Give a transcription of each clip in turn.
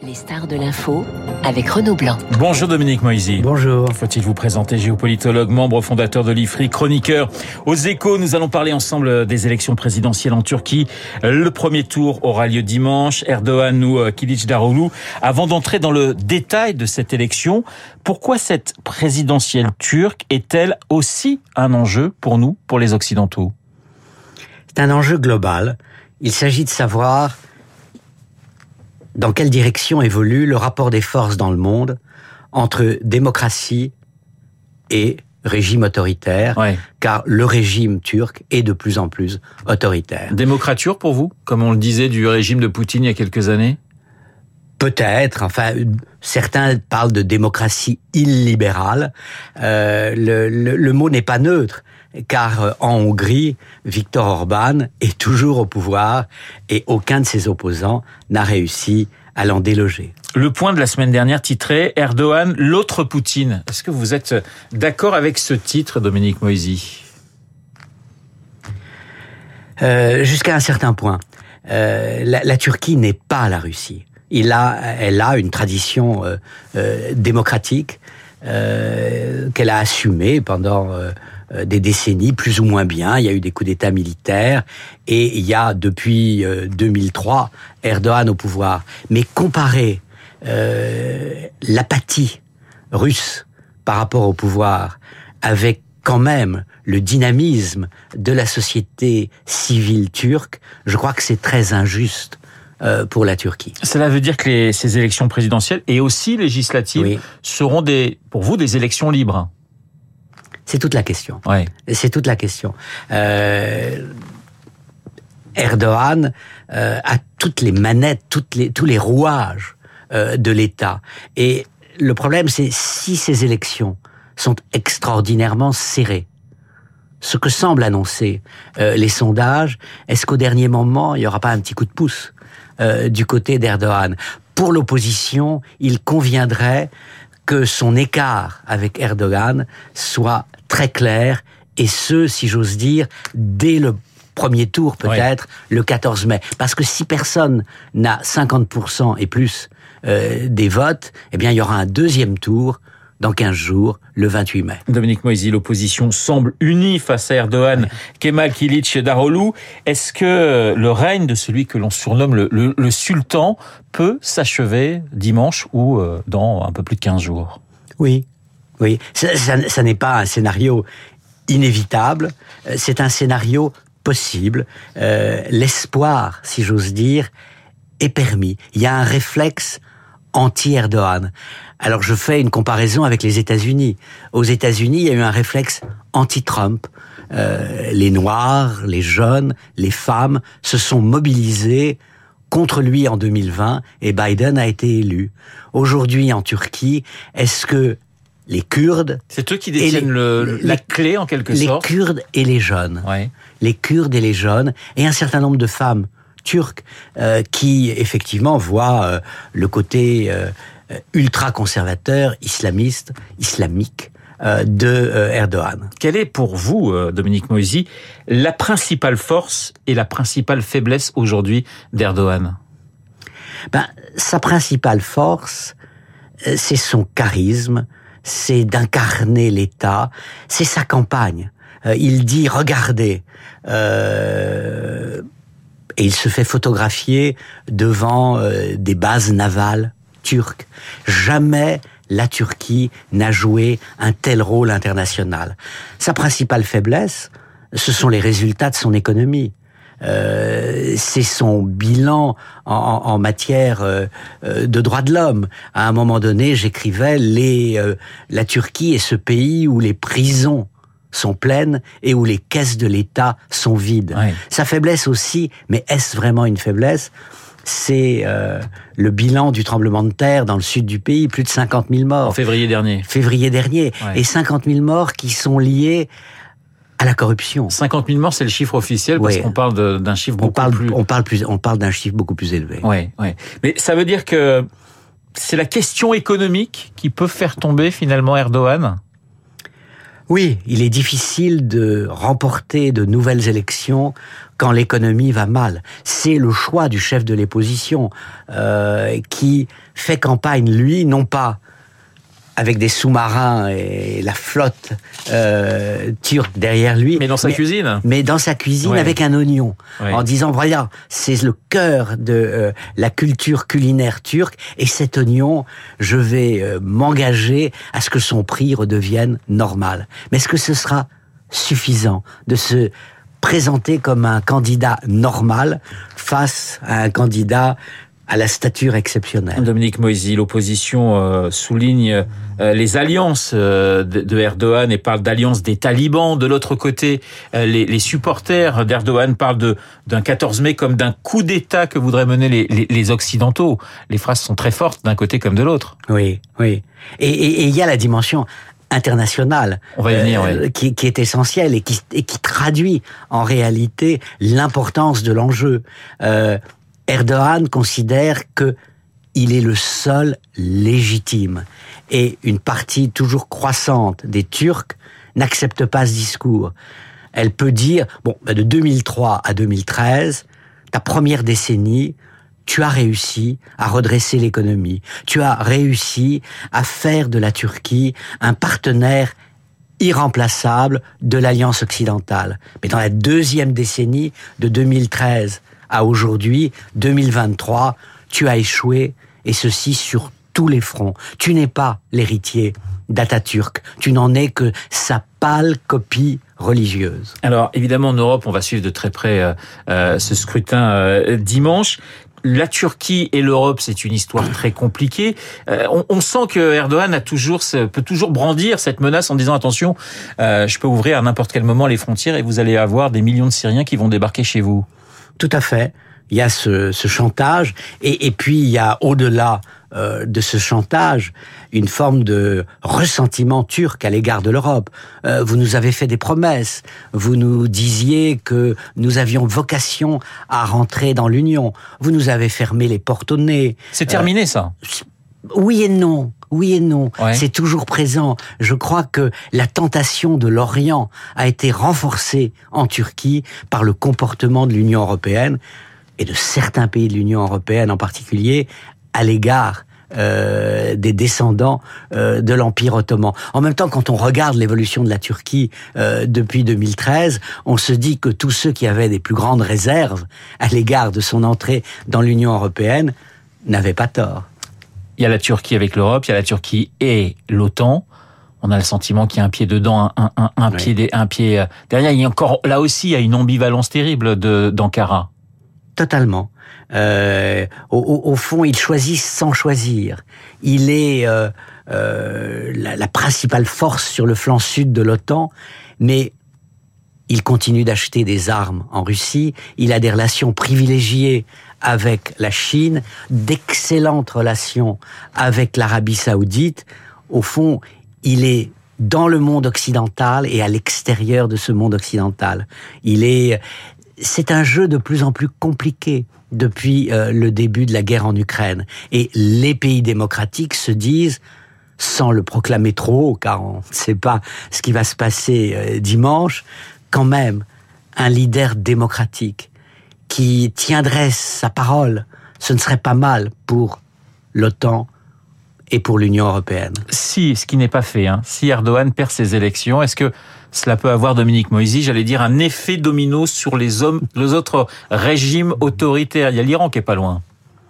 Les stars de l'info avec Renaud Blanc. Bonjour Dominique Moisy. Bonjour. Faut-il vous présenter, géopolitologue, membre fondateur de l'IFRI, chroniqueur aux Échos. Nous allons parler ensemble des élections présidentielles en Turquie. Le premier tour aura lieu dimanche. Erdogan ou Kılıçdaroğlu. Avant d'entrer dans le détail de cette élection, pourquoi cette présidentielle turque est-elle aussi un enjeu pour nous, pour les Occidentaux ? C'est un enjeu global. Il s'agit de savoir dans quelle direction évolue le rapport des forces dans le monde entre démocratie et régime autoritaire, car le régime turc est de plus en plus autoritaire. Démocrature pour vous, comme on le disait du régime de Poutine il y a quelques années ? Peut-être, enfin, certains parlent de démocratie illibérale. Le mot n'est pas neutre, car en Hongrie, Viktor Orban est toujours au pouvoir et aucun de ses opposants n'a réussi à l'en déloger. Le Point de la semaine dernière titrait « Erdogan, l'autre Poutine ». Est-ce que vous êtes d'accord avec ce titre, Dominique Moisy ? Jusqu'à un certain point. La Turquie n'est pas la Russie. Elle a une tradition démocratique qu'elle a assumée pendant des décennies, plus ou moins bien. Il y a eu des coups d'État militaires et il y a depuis 2003 Erdogan au pouvoir. Mais comparer l'apathie russe par rapport au pouvoir avec quand même le dynamisme de la société civile turque, je crois que c'est très injuste pour la Turquie. Cela veut dire que ces élections présidentielles et aussi législatives seront pour vous des élections libres. C'est toute la question. Ouais. C'est toute la question. Erdogan a toutes les manettes, tous les rouages de l'État. Et le problème, c'est si ces élections sont extraordinairement serrées, ce que semblent annoncer les sondages, est-ce qu'au dernier moment, il n'y aura pas un petit coup de pouce du côté d'Erdogan? Pour l'opposition, il conviendrait que son écart avec Erdogan soit très clair, et ce, si j'ose dire, dès le premier tour peut-être, le 14 mai. Parce que si personne n'a 50% et plus des votes, eh bien il y aura un deuxième tour dans 15 jours, le 28 mai. Dominique Moisy, l'opposition semble unie face à Erdogan. Kemal Kılıçdaroğlu, est-ce que le règne de celui que l'on surnomme le sultan peut s'achever dimanche ou dans un peu plus de 15 jours ? Oui. Ça n'est pas un scénario inévitable, c'est un scénario possible. L'espoir, si j'ose dire, est permis. Il y a un réflexe anti-Erdogan. Alors je fais une comparaison avec les États-Unis. Aux États-Unis, il y a eu un réflexe anti-Trump. Les Noirs, les jeunes, les femmes se sont mobilisés contre lui en 2020 et Biden a été élu. Aujourd'hui en Turquie, est-ce que les Kurdes... C'est eux qui détiennent la clé en quelque sorte. Les Kurdes et les jeunes. Ouais. Les Kurdes et les jeunes et un certain nombre de femmes turques qui effectivement voient le côté ultra-conservateur, islamique de Erdogan. Quelle est pour vous, Dominique Moisy, la principale force et la principale faiblesse aujourd'hui d'Erdogan ? Sa principale force, c'est son charisme, c'est d'incarner l'État, c'est sa campagne. Il dit « regardez », et il se fait photographier devant des bases navales turques. Jamais la Turquie n'a joué un tel rôle international. Sa principale faiblesse, ce sont les résultats de son économie. C'est son bilan en matière de droits de l'homme. À un moment donné, j'écrivais la Turquie est ce pays où les prisons sont pleines et où les caisses de l'État sont vides. Ouais. Sa faiblesse aussi, mais est-ce vraiment une faiblesse ? C'est le bilan du tremblement de terre dans le sud du pays, plus de 50 000 morts. En février dernier. Ouais. Et 50 000 morts qui sont liés à la corruption. 50 000 morts, c'est le chiffre officiel, parce qu'on parle d'un chiffre plus... On parle d'un chiffre beaucoup plus élevé. Ouais. Mais ça veut dire que c'est la question économique qui peut faire tomber finalement Erdogan ? Oui, il est difficile de remporter de nouvelles élections quand l'économie va mal. C'est le choix du chef de l'opposition qui fait campagne, lui, non pas avec des sous-marins et la flotte turque derrière lui. Mais dans sa cuisine. Mais dans sa cuisine, ouais. Avec un oignon. Ouais. En disant, voilà, c'est le cœur de la culture culinaire turque, et cet oignon, je vais m'engager à ce que son prix redevienne normal. Mais est-ce que ce sera suffisant de se présenter comme un candidat normal face à un candidat à la stature exceptionnelle? Dominique Moïsi, l'opposition souligne les alliances de Erdogan et parle d'alliance des talibans. De l'autre côté, les supporters d'Erdogan parlent d'un 14 mai comme d'un coup d'État que voudraient mener les Occidentaux. Les phrases sont très fortes d'un côté comme de l'autre. Oui, oui. Et il y a la dimension internationale, on va y venir, oui. qui est essentielle et qui traduit en réalité l'importance de l'enjeu. Erdogan considère que il est le seul légitime, et une partie toujours croissante des Turcs n'accepte pas ce discours. Elle peut dire, bon, de 2003 à 2013, ta première décennie, tu as réussi à redresser l'économie, tu as réussi à faire de la Turquie un partenaire irremplaçable de l'Alliance occidentale. Mais dans la deuxième décennie, de 2013 à aujourd'hui, 2023, tu as échoué, et ceci sur tous les fronts. Tu n'es pas l'héritier d'Atatürk, tu n'en es que sa pâle copie religieuse. Alors évidemment en Europe, on va suivre de très près ce scrutin dimanche. La Turquie et l'Europe, c'est une histoire très compliquée. On sent que Erdogan peut toujours brandir cette menace en disant attention, je peux ouvrir à n'importe quel moment les frontières et vous allez avoir des millions de Syriens qui vont débarquer chez vous. Tout à fait. Il y a ce chantage, et puis il y a au-delà de ce chantage une forme de ressentiment turc à l'égard de l'Europe. Vous nous avez fait des promesses, vous nous disiez que nous avions vocation à rentrer dans l'Union, vous nous avez fermé les portes au nez. C'est terminé ça? Oui et non. Oui et non, ouais. C'est toujours présent. Je crois que la tentation de l'Orient a été renforcée en Turquie par le comportement de l'Union européenne, et de certains pays de l'Union européenne en particulier, à l'égard des descendants de l'Empire ottoman. En même temps, quand on regarde l'évolution de la Turquie depuis 2013, on se dit que tous ceux qui avaient des plus grandes réserves à l'égard de son entrée dans l'Union européenne n'avaient pas tort. Il y a la Turquie avec l'Europe, il y a la Turquie et l'OTAN. On a le sentiment qu'il y a un pied dedans, un pied derrière. Il y a encore, là aussi, il y a une ambivalence terrible d'Ankara. Totalement. Au fond, il choisit sans choisir. Il est la principale force sur le flanc sud de l'OTAN, mais il continue d'acheter des armes en Russie. Il a des relations privilégiées avec la Chine, d'excellentes relations avec l'Arabie Saoudite. Au fond, il est dans le monde occidental et à l'extérieur de ce monde occidental. C'est un jeu de plus en plus compliqué depuis le début de la guerre en Ukraine. Et les pays démocratiques se disent, sans le proclamer trop haut, car on ne sait pas ce qui va se passer dimanche, quand même, un leader démocratique qui tiendrait sa parole, ce ne serait pas mal pour l'OTAN et pour l'Union européenne. Si, ce qui n'est pas fait, si Erdogan perd ses élections, est-ce que cela peut avoir, Dominique Moïsi, j'allais dire, un effet domino sur les autres régimes autoritaires? Il y a l'Iran qui est pas loin.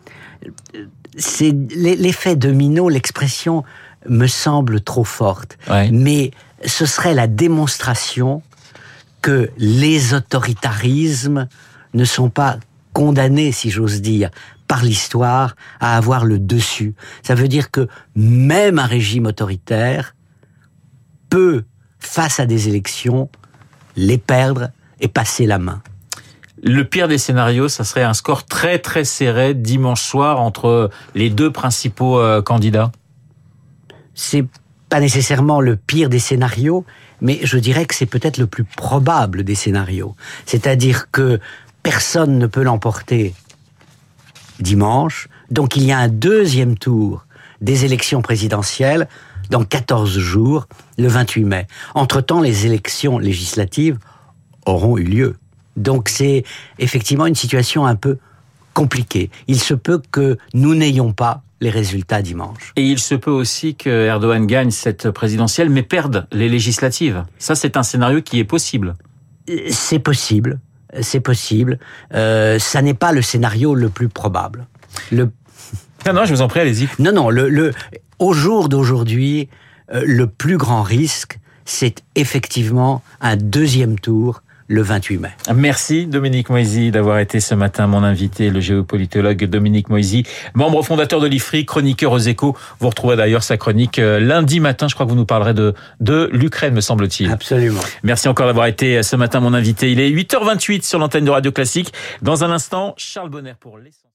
C'est l'effet domino, l'expression me semble trop forte. Ouais. Mais ce serait la démonstration que les autoritarismes ne sont pas condamnés, si j'ose dire, par l'histoire à avoir le dessus. Ça veut dire que même un régime autoritaire peut, face à des élections, les perdre et passer la main. Le pire des scénarios, ça serait un score très très serré dimanche soir entre les deux principaux candidats? C'est pas nécessairement le pire des scénarios, mais je dirais que c'est peut-être le plus probable des scénarios. C'est-à-dire que personne ne peut l'emporter dimanche, donc il y a un deuxième tour des élections présidentielles dans 14 jours, le 28 mai. Entre-temps, les élections législatives auront eu lieu. Donc c'est effectivement une situation un peu compliquée. Il se peut que nous n'ayons pas les résultats dimanche. Et il se peut aussi que Erdogan gagne cette présidentielle, mais perde les législatives. Ça, c'est un scénario qui est possible. C'est possible. C'est possible. Ça n'est pas le scénario le plus probable. Non, je vous en prie, allez-y. Non, au jour d'aujourd'hui, le plus grand risque, c'est effectivement un deuxième tour le 28 mai. Merci Dominique Moisy d'avoir été ce matin mon invité, le géopolitologue Dominique Moisy, membre fondateur de l'IFRI, chroniqueur aux Échos. Vous retrouverez d'ailleurs sa chronique lundi matin, je crois que vous nous parlerez de l'Ukraine, me semble-t-il. Absolument. Merci encore d'avoir été ce matin mon invité. Il est 8h28 sur l'antenne de Radio Classique. Dans un instant, Charles Bonner pour l'essentiel.